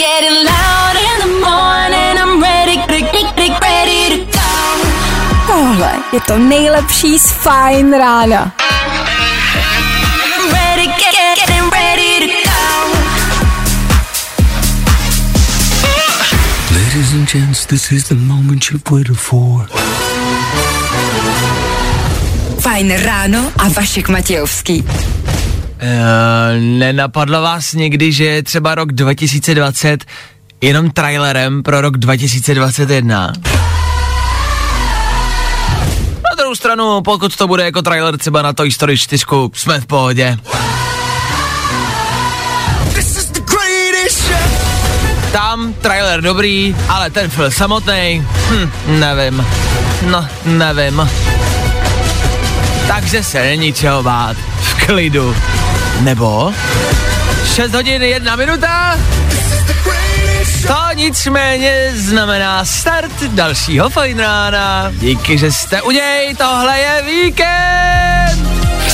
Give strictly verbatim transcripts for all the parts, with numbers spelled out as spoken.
Tohle je to nejlepší z Fajn rána. Ladies and gents, this is the moment you've waited for. Fajn ráno a Vašek Matějovský. Uh, nenapadlo vás někdy, že je třeba rok dva tisíce dvacet jenom trailerem pro rok dva tisíce dvacet jedna? Na druhou stranu, pokud to bude jako trailer třeba na Toy Story čtyři, jsme v pohodě. Tam trailer dobrý, ale ten film samotný, hm, nevím, no, nevím. Takže se není čeho bát, v klidu. Nebo šest hodin jedna minuta, to nicméně znamená start dalšího Fajn rána. Díky, že jste u něj, tohle je víkend.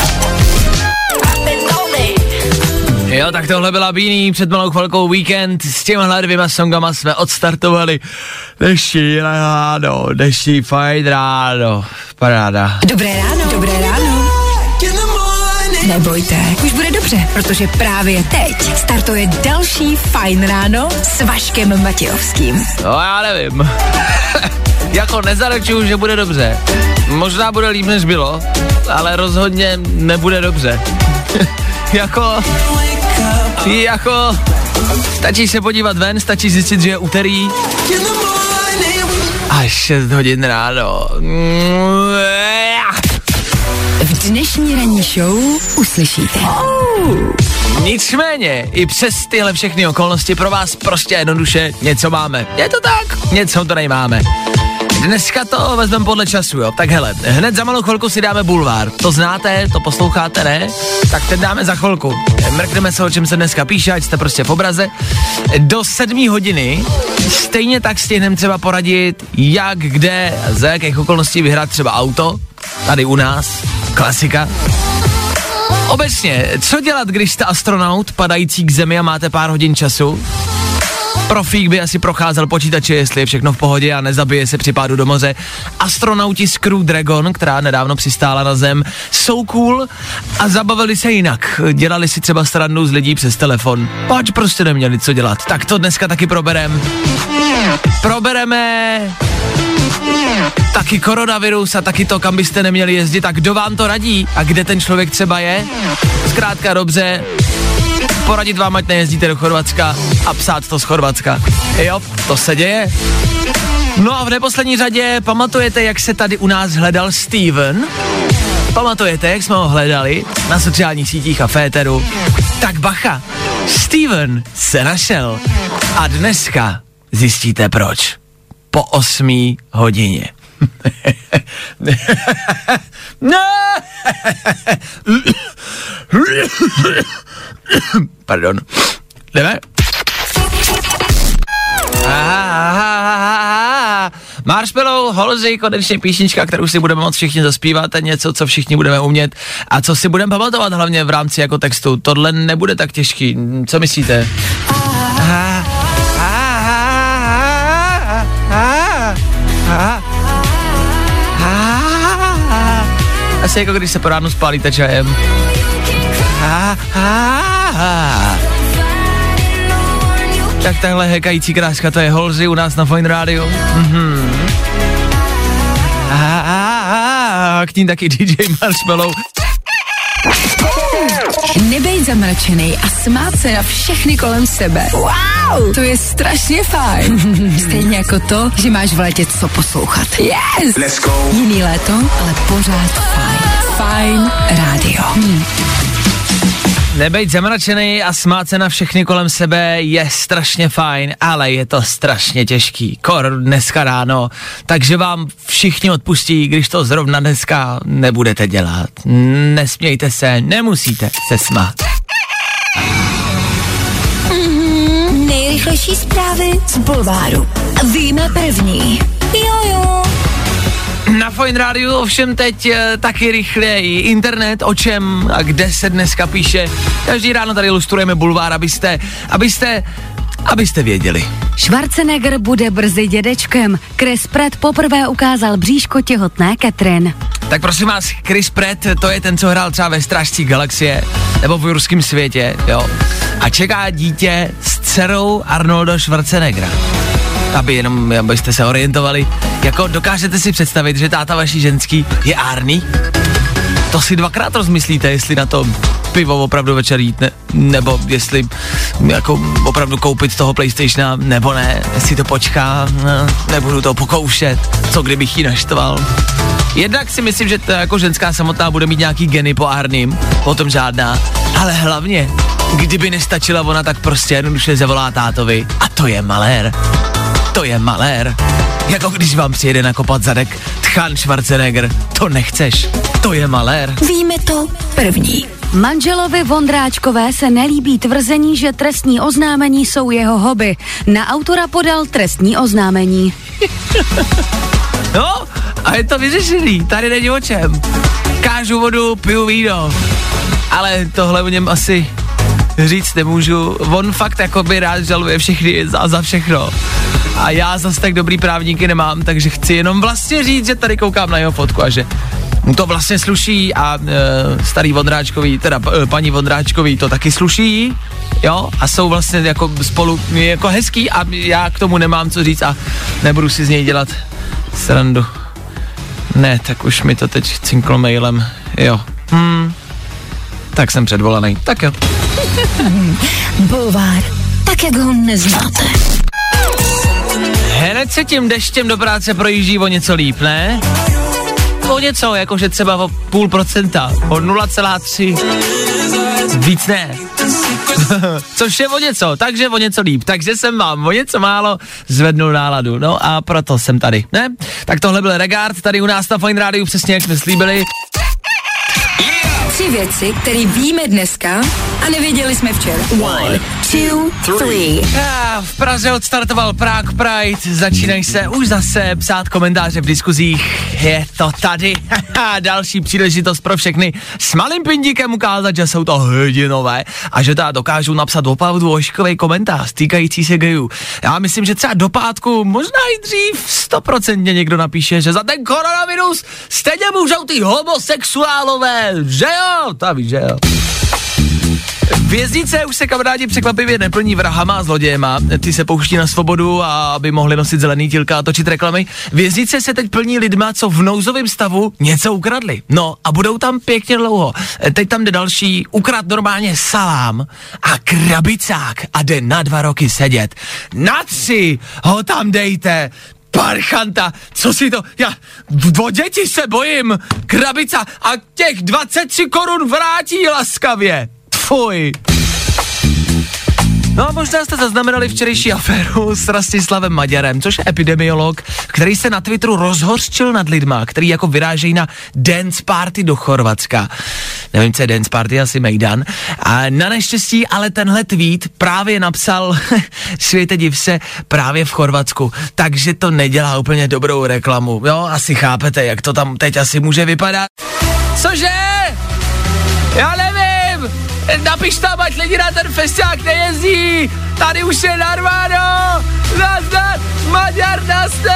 Jo, tak tohle byla Beanie, před malou chvilkou víkend, s těmhle dvěma songama jsme odstartovali dnešní ráno, dnešní Fajn ráno, paráda. Dobré ráno, dobré ráno. Nebojte, už bude dobře, protože právě teď startuje další Fajn ráno s Vaškem Matějovským. No já nevím, jako nezaručuju, že bude dobře, možná bude líp než bylo, ale rozhodně nebude dobře. jako... Jako, stačí se podívat ven, stačí zjistit, že je úterý a šest hodin ráno. V dnešní ranní show uslyšíte. Oh. Nicméně, i přes tyhle všechny okolnosti pro vás prostě jednoduše něco máme. Je to tak? Něco tady máme. Dneska to vezmeme podle času, jo. Tak hele, hned za malou chvilku si dáme bulvár. To znáte, to posloucháte, ne? Tak ten dáme za chvilku. Mrkneme se, o čem se dneska píše, ať jste prostě v obraze. Do sedmé hodiny stejně tak stihneme třeba poradit, jak, kde, za jakých okolností vyhrát třeba auto. Tady u nás, klasika. Obecně, co dělat, když jste astronaut padající k zemi a máte pár hodin času? Profík by asi procházel počítače, jestli je všechno v pohodě a nezabije se při pádu do moře. Astronauti z Crew Dragon, která nedávno přistála na zem, jsou cool a zabavili se jinak. Dělali si třeba srandu z lidí přes telefon. Pač prostě neměli co dělat. Tak to dneska taky proberem. Probereme taky koronavirus a taky to, kam byste neměli jezdit a kdo vám to radí a kde ten člověk třeba je. Zkrátka dobře, poradit vám, ať nejezdíte do Chorvatska a psát to z Chorvatska. Jo, to se děje. No a v neposlední řadě pamatujete, jak se tady u nás hledal Steven? Pamatujete, jak jsme ho hledali na sociálních sítích a féteru? Tak bacha, Steven se našel a dneska zjistíte proč. Po osmé hodině. Pardon. Jdeme? Marshmallow, Halsey, konečně písnička, kterou si budeme moct všichni zaspívat, je něco, co všichni budeme umět a co si budeme pamatovat hlavně v rámci jako textu. Tohle nebude tak těžký. Co myslíte? Asi jako když se po ránu spálíte čajem. Tak tahle hekající kráska, to je Halsey u nás na Fajn rádiu. Mm-hmm. A k ní taky D J Marshmallow. Nebejt zamračenej a smát se na všechny kolem sebe. Wow, to je strašně fajn. Stejně jako to, že máš v létě co poslouchat. Yes! Let's go. Jiný léto, ale pořád fajn. Fajn rádio. Hm. Nebejt zamračený a smát se na všechny kolem sebe je strašně fajn, ale je to strašně těžký. Kor dneska ráno, takže vám všichni odpustí, když to zrovna dneska nebudete dělat. Nesmějte se, nemusíte se smát. Mm-hmm, nejrychlejší zprávy z bulváru. Víme první. Jojo. Na Fajn rádiu ovšem teď e, taky rychleji internet, o čem a kde se dneska píše. Každý ráno tady ilustrujeme bulvár, abyste, abyste abyste věděli. Schwarzenegger bude brzy dědečkem. Chris Pratt poprvé ukázal bříško těhotné Catherine. Tak prosím vás, Chris Pratt, to je ten, co hrál třeba ve Strážcích galaxie, nebo v Jurském světě, jo. A čeká dítě s dcerou Arnolda Schwarzeneggera. Aby jenom, abyste se orientovali, jako dokážete si představit, že táta vaší ženský je Arnie? To si dvakrát rozmyslíte, jestli na to pivo opravdu večer jít, ne, nebo jestli jako opravdu koupit toho PlayStationa, nebo ne, jestli to počká, ne, nebudu to pokoušet, co kdybych jí naštval. Jednak si myslím, že to jako ženská samotná bude mít nějaký geny po Arnim, potom žádná, ale hlavně, kdyby nestačila ona, tak prostě jednoduše zavolá tátovi a to je malér. To je malér. Jako když vám přijede nakopat zadek Tchan Schwarzenegger, to nechceš. To je malér. Víme to první. Manželovi Vondráčkové se nelíbí tvrzení, že trestní oznámení jsou jeho hobby. Na autora podal trestní oznámení. No, a je to vyřešený, tady není o čem. Kážu vodu, piju víno. Ale tohle o něm asi říct nemůžu. On fakt jakoby rád žaluje všechny za, za všechno. A já zas tak dobrý právníky nemám, takže chci jenom vlastně říct, že tady koukám na jeho fotku a že mu to vlastně sluší a e, starý Vondráčkový, teda e, paní Vondráčkový to taky sluší, jo, a jsou vlastně jako spolu jako hezký a já k tomu nemám co říct a nebudu si z něj dělat srandu. Ne, tak už mi to teď cinklo mailem, jo. Hmm, tak jsem předvolaný, tak jo. Bulvár, tak jak ho neznáte. Hned se tím deštěm do práce projíždí o něco líp, ne? O něco, jakože třeba o půl procenta, o nula celá tři, víc ne. Což je o něco, takže o něco líp, takže jsem vám o něco málo zvednul náladu, no a proto jsem tady, ne? Tak tohle byl Regard, tady u nás na Fajn rádiu, přesně jak jsme slíbili. Tři věci, které víme dneska a nevěděli jsme včera. One, two, three. A v Praze odstartoval Prague Pride, začínají se už zase psát komentáře v diskuzích. Je to tady, další příležitost pro všechny s malým pindíkem ukázat, že jsou to hrdinové a že teda dokážou napsat opravdu ošklivý komentář týkající se gejů. Já myslím, že třeba do pátku, možná i dřív, stoprocentně někdo napíše, že za ten koronavirus stejně můžou ty homosexuálové, že jo? Ta víš, že jo. Věznice už se kamarádi překvapivě neplní vrahama a zlodějema, ty se pouští na svobodu, a aby mohli nosit zelený tílka a točit reklamy. Věznice se teď plní lidma, co v nouzovém stavu něco ukradli. No a budou tam pěkně dlouho. Teď tam jde další, ukrad normálně salám a krabicák a jde na dva roky sedět. Na tři ho tam dejte. Parchanta, co si to, já o děti se bojím, krabica a těch dvacet tři korun vrátí laskavě. Fuj. No a možná jste zaznamenali včerejší aféru s Rastislavem Maďarem, což je epidemiolog, který se na Twitteru rozhořčil nad lidma, který jako vyrážejí na dance party do Chorvatska. Nevím, co je dance party, asi Mejdan. A na neštěstí ale tenhle tweet právě napsal, světe div se, právě v Chorvatsku. Takže to nedělá úplně dobrou reklamu. Jo, asi chápete, jak to tam teď asi může vypadat. Cože? Já nevím. Napiš tam, ať lidi na ten festiák nejezdí. Tady už je narváno. Nazdar, Maďar na stage.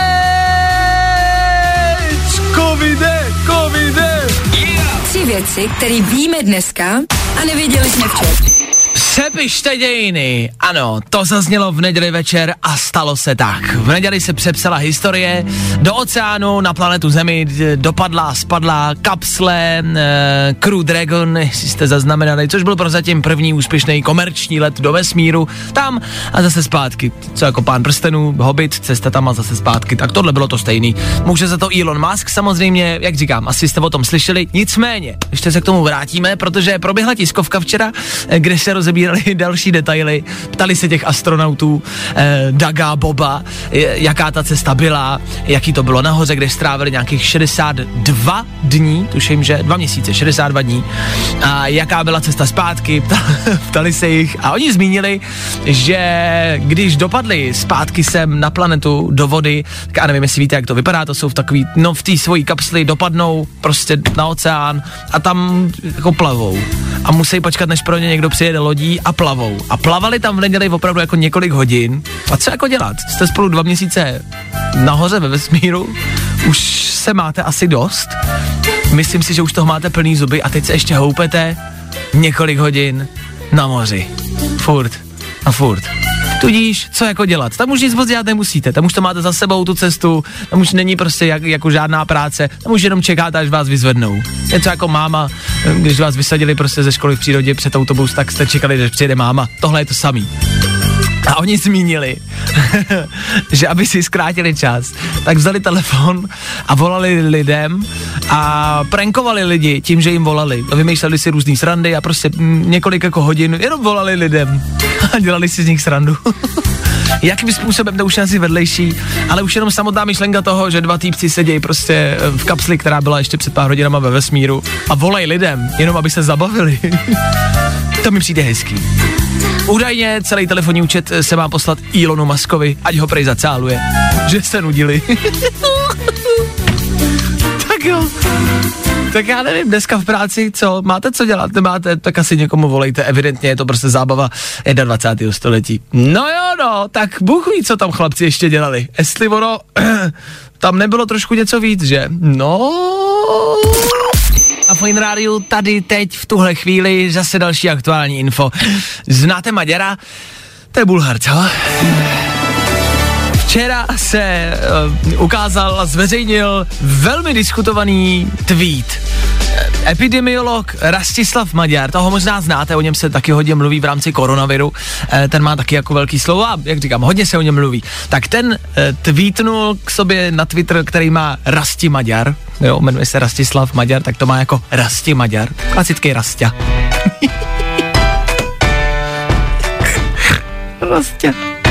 Covide, covide. Yeah. Tři věci, které víme dneska a nevěděli jsme včera. Přepište dějiny. Ano, to zaznělo v neděli večer a stalo se tak. V neděli se přepsala historie, do oceánu na planetu Zemi dopadla, spadla kapsle e, Crew Dragon, jestli jste zaznamenali, což byl prozatím první úspěšný komerční let do vesmíru, tam a zase zpátky. Co jako Pán prstenů, Hobbit, cesta tam a zase zpátky, tak tohle bylo to stejný. Může za to Elon Musk samozřejmě, jak říkám, asi jste o tom slyšeli, nicméně, ještě se k tomu vrátíme, protože proběhla tiskovka včera, kde se rozebírali další detaily, ptali se těch astronautů, eh, Daga, Boba, jaká ta cesta byla, jaký to bylo nahoře, kde strávili nějakých šedesát dva dní, tuším, že dva měsíce, šedesát dva dní, a jaká byla cesta zpátky, ptali se jich a oni zmínili, že když dopadli zpátky sem na planetu do vody, tak já nevím, jestli víte, jak to vypadá, to jsou v takový, no v té svojí kapsli dopadnou prostě na oceán a tam jako plavou. a musí počkat, než pro ně někdo přijede lodí a plavou. A plavali tam v neděli opravdu jako několik hodin. A co jako dělat? Jste spolu dva měsíce nahoře ve vesmíru, už se máte asi dost. Myslím si, že už toho máte plný zuby a teď se ještě houpete několik hodin na moři. Furt a furt. Tudíž, co jako dělat? Tam už nic moc dělat nemusíte, tam už to máte za sebou tu cestu, tam už není prostě jak, jako žádná práce, tam už jenom čekáte, až vás vyzvednou. Něco jako máma, když vás vysadili prostě ze školy v přírodě před autobus, tak jste čekali, že přijde máma. Tohle je to samý. A oni zmínili, že aby si zkrátili čas, tak vzali telefon a volali lidem a prankovali lidi tím, že jim volali. Vymýšleli si různý srandy a prostě několik jako hodin jenom volali lidem a dělali si z nich srandu. Jakým způsobem, to už je asi vedlejší, ale už jenom samotná myšlenka toho, že dva týpci sedějí prostě v kapsli, která byla ještě před pár hodinama ve vesmíru a volají lidem, jenom aby se zabavili. To mi přijde hezký. Údajně celý telefonní účet se má poslat Elonu Muskovi, ať ho prej zacáluje, že jste nudili. Tak jo. Tak já nevím, dneska v práci, co? Máte co dělat? Nemáte? Tak asi někomu volejte, evidentně je to prostě zábava dvacátého prvního století. No jo, no, tak Bůh ví, co tam chlapci ještě dělali. Jestli ono, tam nebylo trošku něco víc, že? No... A Fajn rádiu tady teď v tuhle chvíli zase další aktuální info. Znáte Maďara? To je Bulhar, co? Včera se uh, ukázal a zveřejnil velmi diskutovaný tweet. Epidemiolog Rastislav Maďar, toho možná znáte, o něm se taky hodně mluví v rámci koronaviru, ten má taky jako velký slovo a jak říkám, hodně se o něm mluví. Tak ten tweetnul k sobě na Twitter, který má Rasti Maďar, jo, jmenuje se Rastislav Maďar, tak to má jako Rasti Maďar, klasický Rastia. Rastia.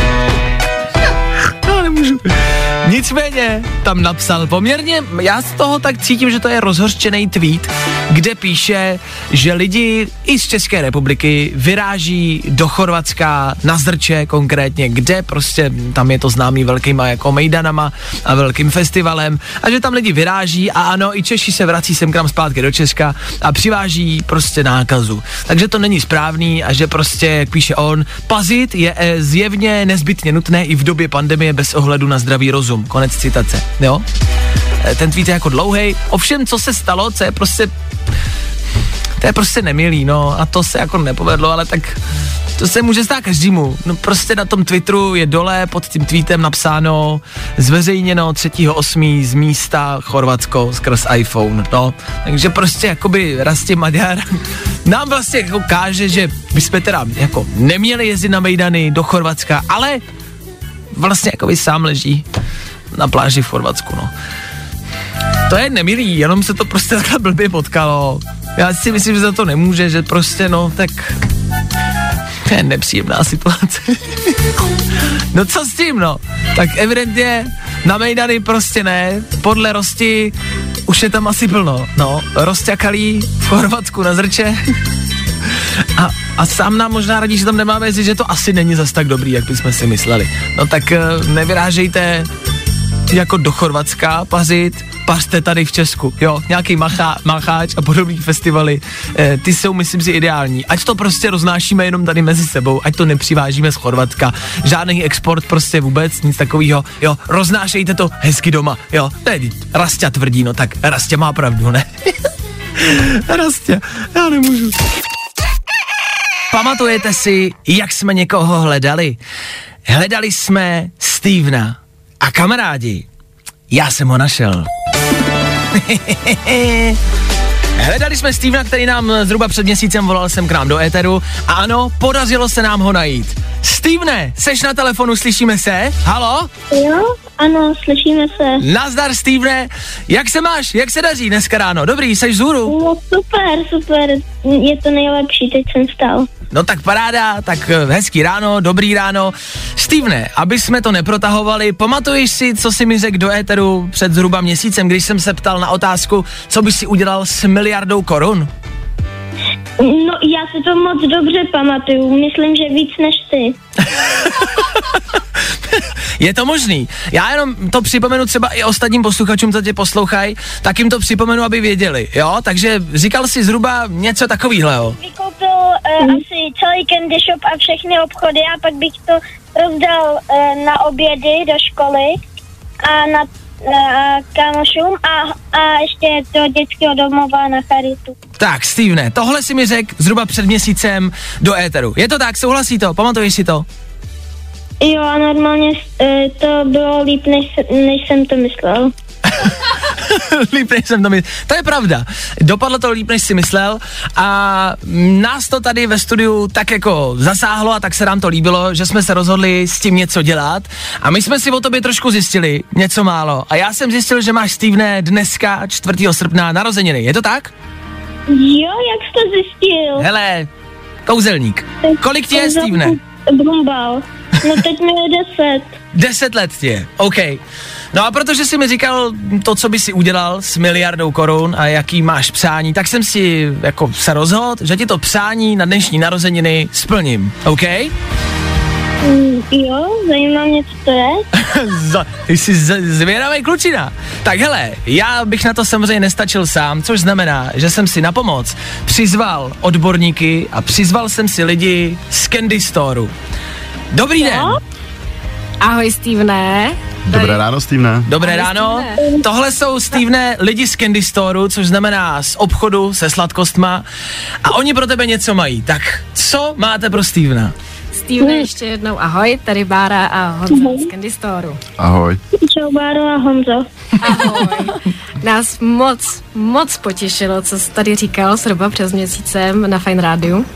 No, nemůžu. Nicméně tam napsal poměrně, já z toho tak cítím, že to je rozhořčený tweet, kde píše, že lidi i z České republiky vyráží do Chorvatska, na Zrče konkrétně, kde prostě tam je to známý velkýma jako mejdanama a velkým festivalem a že tam lidi vyráží a ano, i Češi se vrací sem k nám zpátky do Česka a přiváží prostě nákazu. Takže to není správný a že prostě, jak píše on, pazit je zjevně nezbytně nutné i v době pandemie bez ohledu na zdravý rozum. Konec citace, jo? Ten tweet je jako dlouhej, ovšem co se stalo, co je prostě, to je prostě nemilý, no a to se jako nepovedlo, ale tak to se může stát každému. No prostě na tom Twitteru je dole pod tím tweetem napsáno zveřejněno třetího osmého z místa Chorvatsko skrz iPhone, no. Takže prostě jakoby Rasti Maďar nám vlastně jako káže, že bychom teda jako neměli jezdit na mejdany do Chorvatska, ale vlastně jakoby sám leží na pláži v Chorvatsku, no. To je nemilý, jenom se to prostě takhle blbě potkalo. Já si myslím, že za to nemůže, že prostě, no, tak to je nepříjemná situace. No co s tím, no? Tak evidentně na mejdany prostě ne, podle Rosti už je tam asi plno, no. Rozťakalí v Chorvatsku na Zrče. A, a sám nám možná radí, že tam nemáme jezdit, že to asi není zas tak dobrý, jak bychom si mysleli. No tak nevyrážejte jako do Chorvatska pařit, pařte tady v Česku, jo, nějaký macha, macháč a podobný festivaly, e, ty jsou, myslím si, ideální. Ať to prostě roznášíme jenom tady mezi sebou, ať to nepřivážíme z Chorvatska, žádný export prostě vůbec, nic takového, jo, roznášejte to hezky doma, jo, teď Rastia tvrdí, no tak Rastia má pravdu, ne? Rastia, já nemůžu. Pamatujete si, jak jsme někoho hledali? Hledali jsme Stevena. A kamarádi, já jsem ho našel. Hledali jsme Stevena, který nám zhruba před měsícem volal sem k nám do éteru. A ano, podařilo se nám ho najít. Stevene, seš na telefonu, slyšíme se? Halo? Jo, ano, slyšíme se. Nazdar, Stevene, jak se máš, jak se daří dneska ráno? Dobrý, seš vzhůru? No super, super, je to nejlepší, teď jsem vstal. No tak paráda, tak hezký ráno, dobrý ráno. Stevene, aby jsme to neprotahovali, pamatuješ si, co jsi mi řekl do éteru před zhruba měsícem, když jsem se ptal na otázku, co bys si udělal s miliardou korun? No, já si to moc dobře pamatuju, myslím, že víc než ty. Je to možný. Já jenom to připomenu třeba i ostatním posluchačům, co tě poslouchají, tak jim to připomenu, aby věděli, jo? Takže říkal jsi zhruba něco takovýhleho. Vykoupil uh, asi celý candy shop a všechny obchody a pak bych to rozdal uh, na obědy do školy a na uh, kámošům a, a ještě do dětského domova na charitu. Tak, Stevene, tohle si mi řekl zhruba před měsícem do éteru. Je to tak, souhlasí to? Pamatuješ si to? Jo, a normálně uh, to bylo líp, než, než jsem to myslel. Líp, než jsem to myslel. To je pravda. Dopadlo to líp, než si myslel a nás to tady ve studiu tak jako zasáhlo a tak se nám to líbilo, že jsme se rozhodli s tím něco dělat a my jsme si o tobě trošku zjistili něco málo a já jsem zjistil, že máš, Stevene, dneska čtvrtého srpna narozeniny. Je to tak? Jo, jak jsi to zjistil? Hele, kouzelník. Kolik ti je, Stevene? Brumbal. No teď mi je deset. Deset let ti je, OK. No a protože jsi mi říkal to, co by si udělal s miliardou korun a jaký máš přání, tak jsem si jako se rozhodl, že ti to přání na dnešní narozeniny splním, OK? Mm, jo, zajímá mě, co to je. Ty jsi z- zvědavej klučina. Tak hele, já bych na to samozřejmě nestačil sám, což znamená, že jsem si na pomoc přizval odborníky a přizval jsem si lidi z Candy Storeu. Dobrý den. Ahoj, Stevene. Dobré ráno, Stevene. Dobré Ahoj, ráno. Stevene. Tohle jsou, Stevene, lidi z Candy Storeu, což znamená z obchodu se sladkostma a oni pro tebe něco mají. Tak co máte pro Stevena? Stevene, ještě jednou ahoj, tady Bára a Honza z Candy Storeu. Ahoj. Čau, Báro a Honzo. Ahoj. Nás moc, moc potěšilo, co jsi tady říkal zhruba přes měsícem na Fajn rádiu.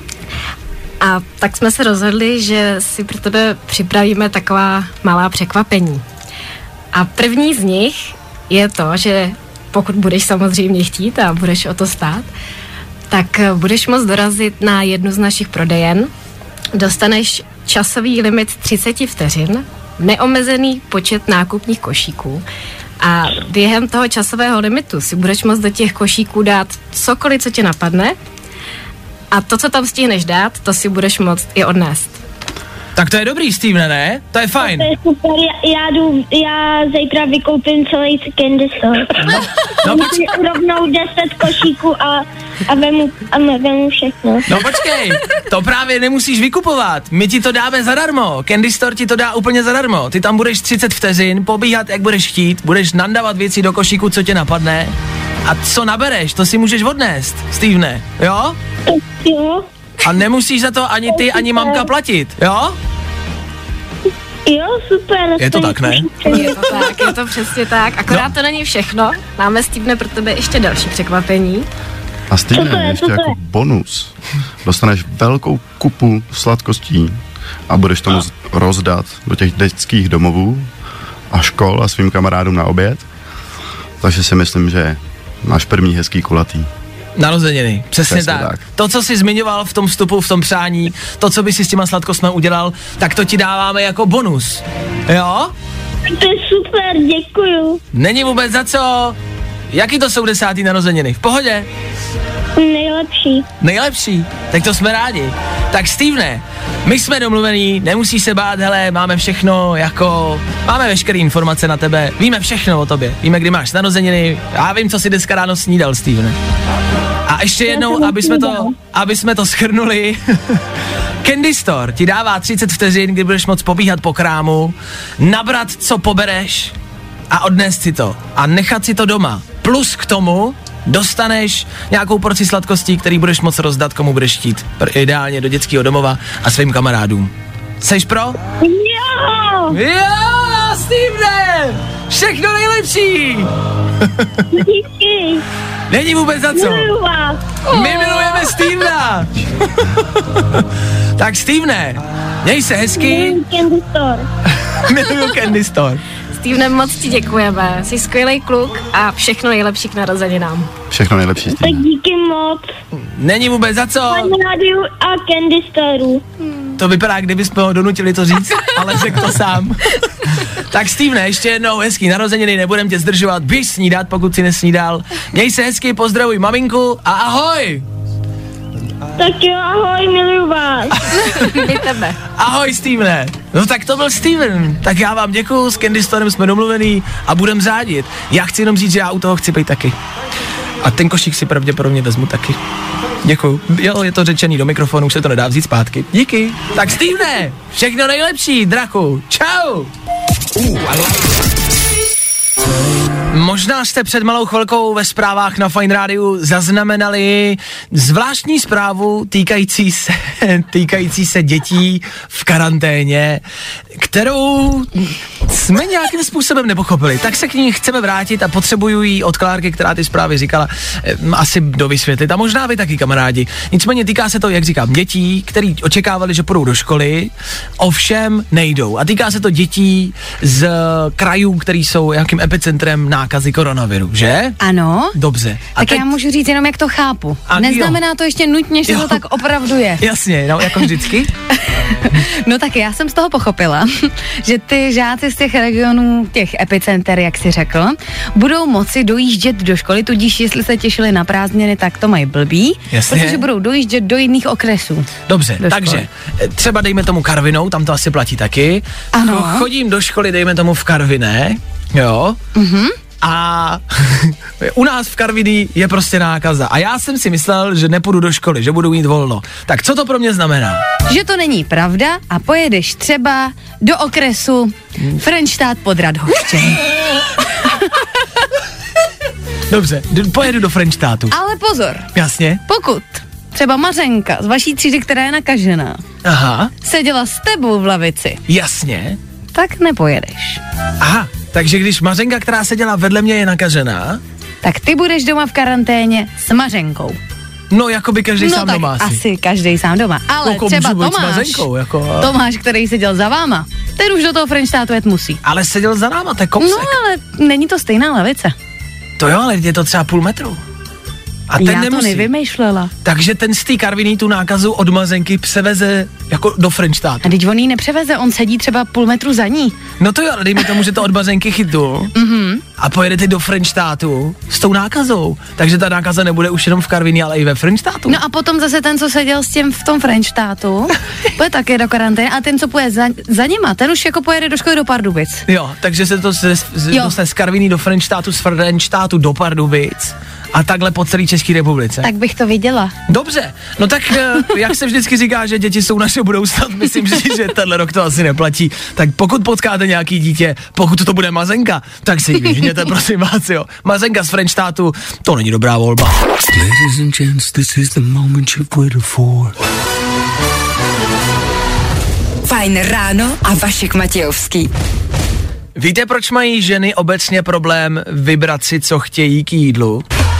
A tak jsme se rozhodli, že si pro tebe připravíme taková malá překvapení. A první z nich je to, že pokud budeš samozřejmě chtít a budeš o to stát, tak budeš moct dorazit na jednu z našich prodejen. Dostaneš časový limit třicet vteřin, neomezený počet nákupních košíků a během toho časového limitu si budeš moct do těch košíků dát cokoliv, co tě napadne. A to, co tam stihneš dát, to si budeš moct i odnést. Tak to je dobrý, Stevene, ne? To je fajn. To je super, já, já jdu, já zítra vykoupím celý Candy Store. No, poč- Si rovnou deset košíků a, a, vemu, a vemu všechno. no počkej, to právě nemusíš vykupovat. My ti to dáme zadarmo. Candy Store ti to dá úplně zadarmo. Ty tam budeš třicet vteřin, pobíhat, jak budeš chtít, budeš nandávat věci do košíku, co tě napadne. A co nabereš, to si můžeš odnést, Stevene, jo? Jo, A nemusíš za to ani ty, ani mamka platit, jo? jo, super. Je to tak, ne? Je to tak, je to přesně tak. Akorát to není všechno. Máme, Stevene, pro tebe ještě další překvapení. A Co to Stevene, je, ještě co to jako je? bonus dostaneš velkou kupu sladkostí a budeš to moct rozdat do těch dětských domovů a škol a svým kamarádům na oběd. Takže si myslím, že máš první hezký kulatý. Narozeniny, přesně, Přesně tak. tak. To, co jsi zmiňoval v tom vstupu, v tom přání, to, co by si s těma sladkostmi udělal, tak to ti dáváme jako bonus. Jo? To je super, děkuju. Není vůbec za co. Jaký to jsou desátý narozeniny? V pohodě? Nejlepší. Nejlepší. Tak to jsme rádi. Tak Stevene, my jsme domluvení, nemusíš se bát, hele, máme všechno jako, máme veškeré informace na tebe, víme všechno o tobě, víme, kdy máš narozeniny, já vím, co si dneska ráno snídal, Stevene. A ještě jednou, aby jsme to, aby jsme to shrnuli, Candy Store ti dává třicet vteřin, kdy budeš moct pobíhat po krámu, nabrat, co pobereš a odnést si to a nechat si to doma. Plus k tomu dostaneš nějakou porci sladkostí, který budeš moct rozdat, komu budeš chtít. Ideálně do dětského domova a svým kamarádům. Seš pro? Jo, Jo, Stevene! Všechno nejlepší! díky. Není vůbec za co. Miluju vás. My milujeme Stevena! Tak Stevene, měj se hezky, Miluju Candy Store. miluju Candy Store. Stevene, moc ti děkujeme. Jsi skvělý kluk a všechno nejlepší k narozeninám. Všechno nejlepší, Tak Stevene. díky moc. Není vůbec za co. Fajn rádiu a Candy Storeu. To vypadá, kdybychom ho donutili to říct, ale řekl to sám. Tak Stevene, ještě jednou hezký narozeniny, nebudem tě zdržovat, běž snídat, pokud si nesnídal. Měj se hezky, pozdravuj maminku a ahoj! Tak jo, ahoj, miluju vás. My tebe. Ahoj, Stevene. No tak to byl Steven. Tak já vám děkuju, s Candy Storem jsme domluvený a budem řádit. Já chci jenom říct, že já u toho chci být taky. A ten košík si pravděpodobně vezmu taky. Děkuju. Jo, je to řečený do mikrofonu, už se to nedá vzít zpátky. Díky. Tak Stevene, všechno nejlepší, draku. Čau. Uh, Možná jste před malou chvilkou ve zprávách na Fajn Rádiu zaznamenali zvláštní zprávu týkající se, týkající se dětí v karanténě, kterou jsme nějakým způsobem nepochopili. Tak se k ní chceme vrátit a potřebuju jí od Klárky, která ty zprávy říkala, asi dovysvětlit. A možná vy taky, kamarádi. Nicméně týká se to, jak říkám, dětí, který očekávali, že půjdou do školy, ovšem nejdou. A týká se to dětí z krajů, který jsou nějakým epicentrem nákazy koronaviru, že? Ano. Dobře. A tak teď... já můžu říct jenom, jak to chápu. A Neznamená jo. to ještě nutně, že jo. to tak opravdu je. Jasně, no jako vždycky. No tak já jsem z toho pochopila, že ty žáci z těch regionů, těch epicenter, jak jsi řekl, budou moci dojíždět do školy, tudíž jestli se těšili na prázdniny, tak to mají blbý, Jasně. protože budou dojíždět do jiných okresů. Dobře, takže třeba dejme tomu Karvinou, tam to asi platí taky. Ano. Chodím do školy, dejme tomu v Karviné, jo. Mhm. A u nás v Karviní je prostě nákaza. A já jsem si myslel, že nepůjdu do školy, že budu mít volno. Tak co to pro mě znamená? Že to není pravda a pojedeš třeba do okresu Frenštát pod Radhoštěm. Dobře, pojedu do Frenštátu. Ale pozor. Jasně. Pokud třeba Mařenka z vaší třídy, která je nakažená, Aha. seděla s tebou v lavici. Jasně. Tak nepojedeš. Aha, takže když Mařenka, která seděla vedle mě, je nakažená, tak ty budeš doma v karanténě s Mařenkou. No, jako by každý no, sám tak doma asi. asi každý sám doma. Ale Jako třeba Tomáš, Mařenkou, jako... Tomáš, který seděl za váma, ten už do toho Frenštátu jet musí. Ale seděl za náma, to je kousek. No, ale není to stejná lavice. To jo, ale je to třeba půl metru. A ten Já nemusí. to nevymýšlela. Takže ten z té Karviní tu nákazu od Mazenky převeze jako do Frenštátu. A teď on ji nepřeveze, on sedí třeba půl metru za ní. No to jo, ale dejme tomu, že to od Mazenky chytnu Mm-hmm. a pojedete do Frenštátu s tou nákazou. Takže ta nákaza nebude už jenom v Karviní, ale i ve Frenštátu. No a potom zase ten, co seděl s tím v tom Frenštátu, pojede také do karantény a ten, co pojede za, za nima, ten už jako pojede do školy do Pardubic. Jo, takže se to z, z, dostane z Karviní do Frenštátu, z Frenštátu do Pardubic a takhle po celé České republice. Tak bych to viděla. Dobře, no tak jak se vždycky říká, že děti jsou naše budoucnost, myslím si, že tenhle rok to asi neplatí. Tak pokud potkáte nějaký dítě, pokud to bude Mazenka, tak si ji vyžněte, prosím vás, jo. Mazenka z Frenštátu, to není dobrá volba. Ladies and gents, this is the moment you've waited for. Fajn ráno a Vašek Matějovský. Víte, proč mají ženy obecně problém vybrat si, co chtějí k jídlu?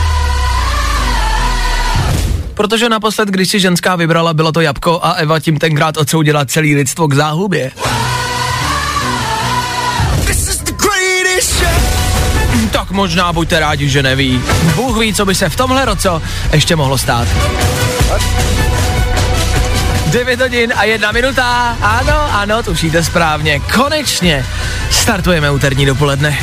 Protože naposled, když si ženská vybrala, bylo to jabko a Eva tím tenkrát odsoudila celý lidstvo k záhubě. Tak možná buďte rádi, že neví. Bůh ví, co by se v tomhle roce ještě mohlo stát. devět hodin a jedna minuta. Ano, ano, tušíte správně. Konečně startujeme úterní dopoledne.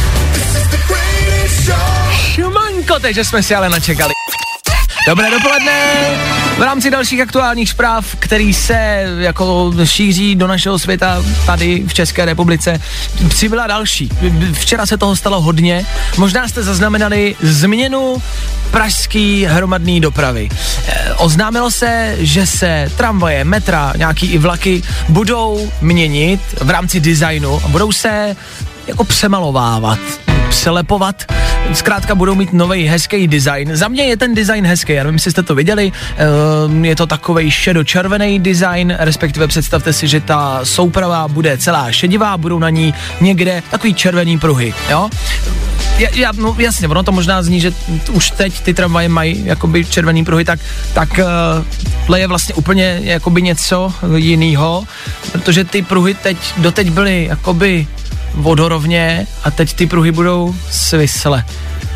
Šumanko, že jsme si ale načekali. Dobré dopoledne. V rámci dalších aktuálních zpráv, který se jako šíří do našeho světa tady v České republice, přibyla další. Včera se toho stalo hodně. Možná jste zaznamenali změnu pražské hromadné dopravy. E, oznámilo se, že se tramvaje, metra, nějaký i vlaky budou měnit v rámci designu a budou se jako přemalovávat, přelepovat. Zkrátka budou mít nový hezký design. Za mě je ten design hezký, já nevím, jestli jste to viděli, e, je to takovej šedočervený design, respektive představte si, že ta souprava bude celá šedivá, budou na ní někde takový červený pruhy, jo? Ja, ja, no jasně, ono to možná zní, že t- už teď ty tramvaje mají jakoby červený pruhy, tak, tak uh, je vlastně úplně jakoby něco jinýho, protože ty pruhy teď, doteď byly jakoby vodorovně a teď ty pruhy budou svisle.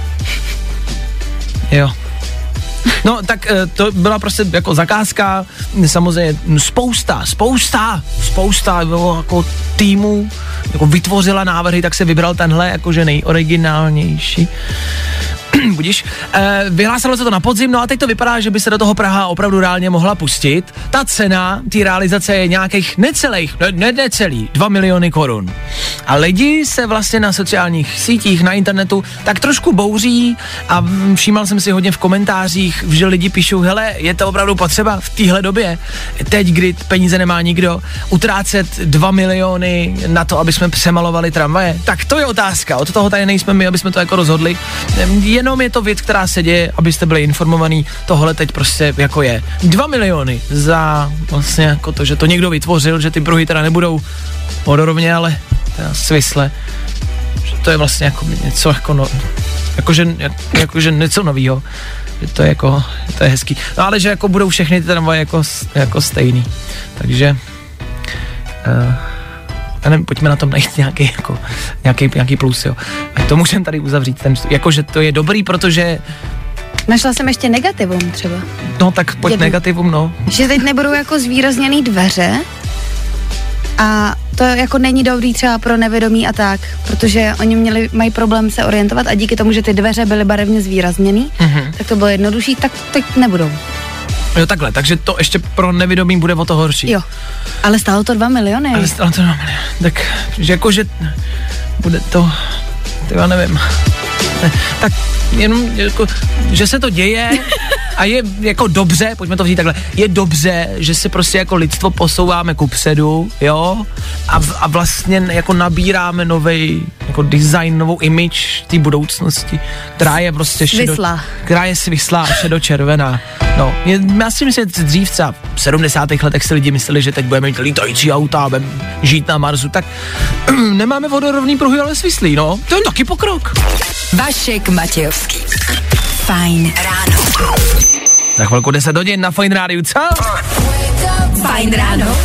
Jo. No, tak to byla prostě jako zakázka, samozřejmě spousta, spousta, spousta jako týmů jako vytvořila návrhy, tak se vybral tenhle jakože nejoriginálnější. Budíš. E, vyhlásilo se to na podzim, no a teď to vypadá, že by se do toho Praha opravdu reálně mohla pustit. Ta cena, té realizace je nějakých necelých, ne, ne necelý, dva miliony korun. A lidi se vlastně na sociálních sítích, na internetu tak trošku bouří a všímal jsem si hodně v komentářích, že lidi píšou, hele, je to opravdu potřeba v téhle době, teď, kdy peníze nemá nikdo, utrácet dva miliony na to, aby jsme přemalovali tramvaje. Tak to je otázka, od toho tady nejsme my, aby jsme to jako rozhodli. Jenom je to věc, která se děje, abyste byli informovaní, tohle teď prostě jako je. Dva miliony za vlastně jako to, že to někdo vytvořil, že ty pruhy teda nebudou vodorovně, ale teda svisle. Že to je vlastně jako něco jako no, jakože, jak, jakože něco novýho. Že to je jako, to je hezký. No ale že jako budou všechny ty tramvaje jako, jako stejný. Takže uh, já nevím, pojďme na tom najít nějaký, jako, nějaký, nějaký plus, jo. A to můžeme tady uzavřít, ten, jakože to je dobrý, protože našla jsem ještě negativum třeba. No tak pojď je, negativum, no. Že teď nebudou jako zvýrazněný dveře a to jako není dobrý třeba pro nevědomí a tak, protože oni měli, mají problém se orientovat a díky tomu, že ty dveře byly barevně zvýrazněný, mm-hmm. tak to bylo jednodušší, tak teď nebudou. Jo, takhle, takže to ještě pro nevědomí bude o to horší. Jo, ale stálo to dva miliony. Ale stálo to dva miliony, tak že jako, že bude to, to já nevím. Tak jenom, jako, že se to děje a je jako dobře, pojďme to vzít takhle, je dobře, že se prostě jako lidstvo posouváme kupředu, jo, a, a vlastně jako nabíráme novej jako design, novou image té budoucnosti, která je prostě šedo, která je svislá a šedočervená. No, je, já si myslím, že dřív třeba v sedmdesátých letech si lidi mysleli, že teď budeme mít lítající auta a budeme žít na Marsu, tak nemáme vodorovný pruhy, ale svislý, no, to je taky pokrok. Vašek Matějovský. Fajn ráno. Za chvilku deset hodin na Fajn rádiu, co? Fajn ráno.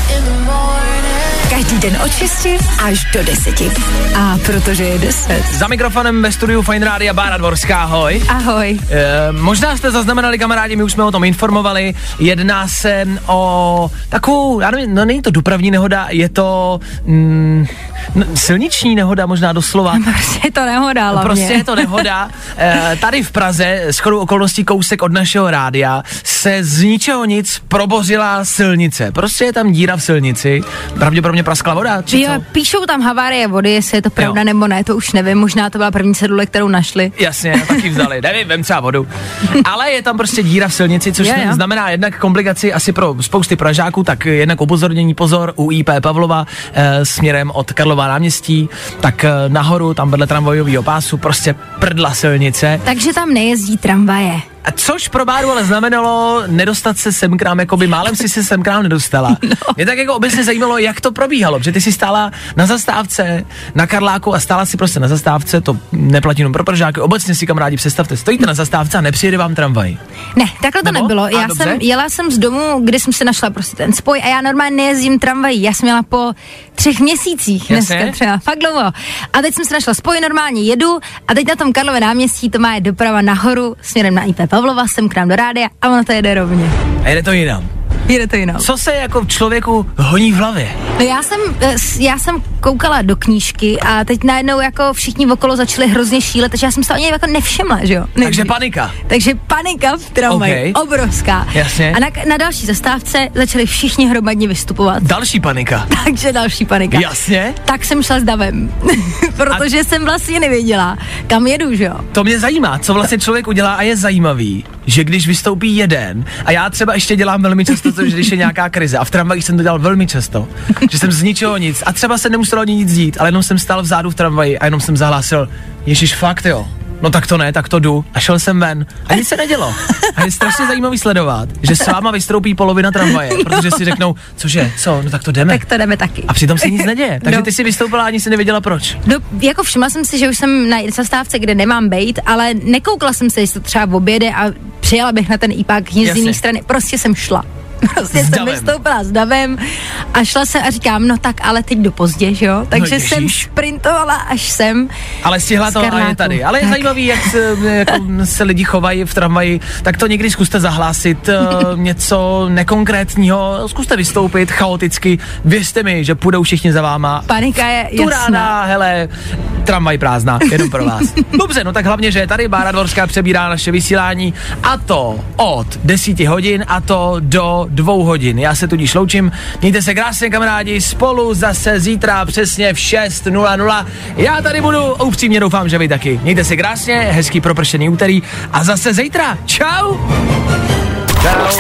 Každý den od šesti až do deseti. A protože je deset. Za mikrofonem ve studiu Fajn rádia Bára Dvorská, ahoj. Ahoj. E, možná jste zaznamenali, kamarádi, my už jsme o tom informovali, jedná se o takovou, já nevím, no není to dopravní nehoda, je to mm, silniční nehoda možná doslova. Prostě je to nehoda, hlavně. Prostě je to nehoda. E, tady v Praze, shodou okolností kousek od našeho rádia, se z ničeho nic probořila silnice. Prostě je tam díra v silnici, pravděpodobně praskla voda, či jo, co? Píšou tam havárie vody, jestli je to pravda jo. nebo ne, to už nevím, možná to byla první cedule, kterou našli. Jasně, taky vzali, nevím, vem třeba vodu. Ale je tam prostě díra v silnici, což jo, jo. znamená jednak komplikaci asi pro spousty Pražáků, tak jednak upozornění, pozor, u í pé Pavlova e, směrem od Karlova náměstí, tak e, nahoru, tam vedle tramvajového pásu, prostě prdla silnice. Takže tam nejezdí tramvaje. A což pro Báru ale znamenalo nedostat se sem k nám, jakoby málem si se sem k nám nedostala. No. Mě tak jako obecně zajímalo, jak to probíhalo, že ty si stála na zastávce na Karláku a stála si prostě na zastávce, to neplatí jenom pro Pražáky, obecně si kamarádi představte, stojíte na zastávce a nepřijede vám tramvaj. Ne, takhle to Nebo? nebylo. Já dobře? jsem, jela jsem z domu, kde jsem si našla prostě ten spoj a já normálně nejezdím tramvají. Já jsem jela po třech měsících Jasně? dneska třeba, fakt dlouho. A teď jsem si našla spoj, normálně jedu a teď na tom Karlově náměstí to má je doprava nahoru směrem na í pé Pavlova, sem k nám do rádia a ono to jede rovně. A jede to jinam. Jede to jinam. Co se jako člověku honí v hlavě? No já jsem, já jsem koukala do knížky a teď najednou jako všichni okolo začali hrozně šílet, takže já jsem se o něj jako nevšimla, že jo? Nejdřív. Takže panika. Takže panika v tramvaji, okay. Obrovská. Jasně. A na, na další zastávce začali všichni hromadně vystupovat. Další panika. Takže další panika. Jasně. Tak jsem šla s davem, protože a... jsem vlastně nevěděla, kam jedu, že jo? To mě zajímá, co vlastně člověk udělá a je zajímavý, že když vystoupí jeden, a já třeba ještě dělám velmi často, to, že když je nějaká krize, a v tramvaji jsem to dělal velmi často, že jsem z ničeho nic, a třeba se nemuselo ani nic dít, ale jenom jsem stál vzadu v tramvaji a jenom jsem zahlásil, ježiš, fakt jo. No tak to ne, tak to jdu. A šel jsem ven. A nic se nedělo. A je strašně zajímavý sledovat, že s váma vystoupí polovina tramvaje, protože si řeknou, cože, co, no tak to jdeme. Tak to jdeme taky. A přitom se nic neděje. Takže no. ty si vystoupila a ani si nevěděla proč. No, jako všimla jsem si, že už jsem na zastávce, kde nemám bejt, ale nekoukla jsem se, jestli to třeba v obědě a přijela bych na ten ípák z jiné strany. Prostě jsem šla. Prostě jsem vystoupila s davem a šla se a říkám, no tak ale teď do pozdě, že jo? Takže no, jsem sprintovala až sem. Ale stihla to a je tady. Ale je tak zajímavý, jak se, jako se lidi chovají v tramvaji, tak to někdy zkuste zahlásit uh, něco nekonkrétního, zkuste vystoupit chaoticky, věřte mi, že půjdou všichni za váma. Panika je tu jasná. rána, hele, tramvaj prázdná, jenom pro vás. Dobře, no tak hlavně, že tady Bára Dvorská přebírá naše vysílání a to od deseti hodin a to do dvou hodin. Já se tudíž loučím, mějte se krásně kamarádi, spolu zase zítra přesně v šest nula nula. Já tady budu, upřímně doufám, že vy taky. Mějte se krásně, hezký propršený úterý a zase zítra. Čau! Čau!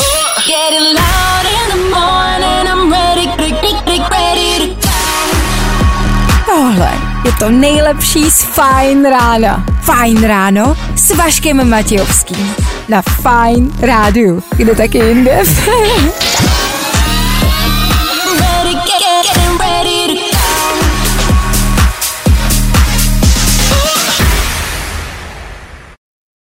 Tohle je to nejlepší z Fajn rána. Fajn ráno s Vaškem Matějovským. Na Fajn rádiu. Kde taky jinde?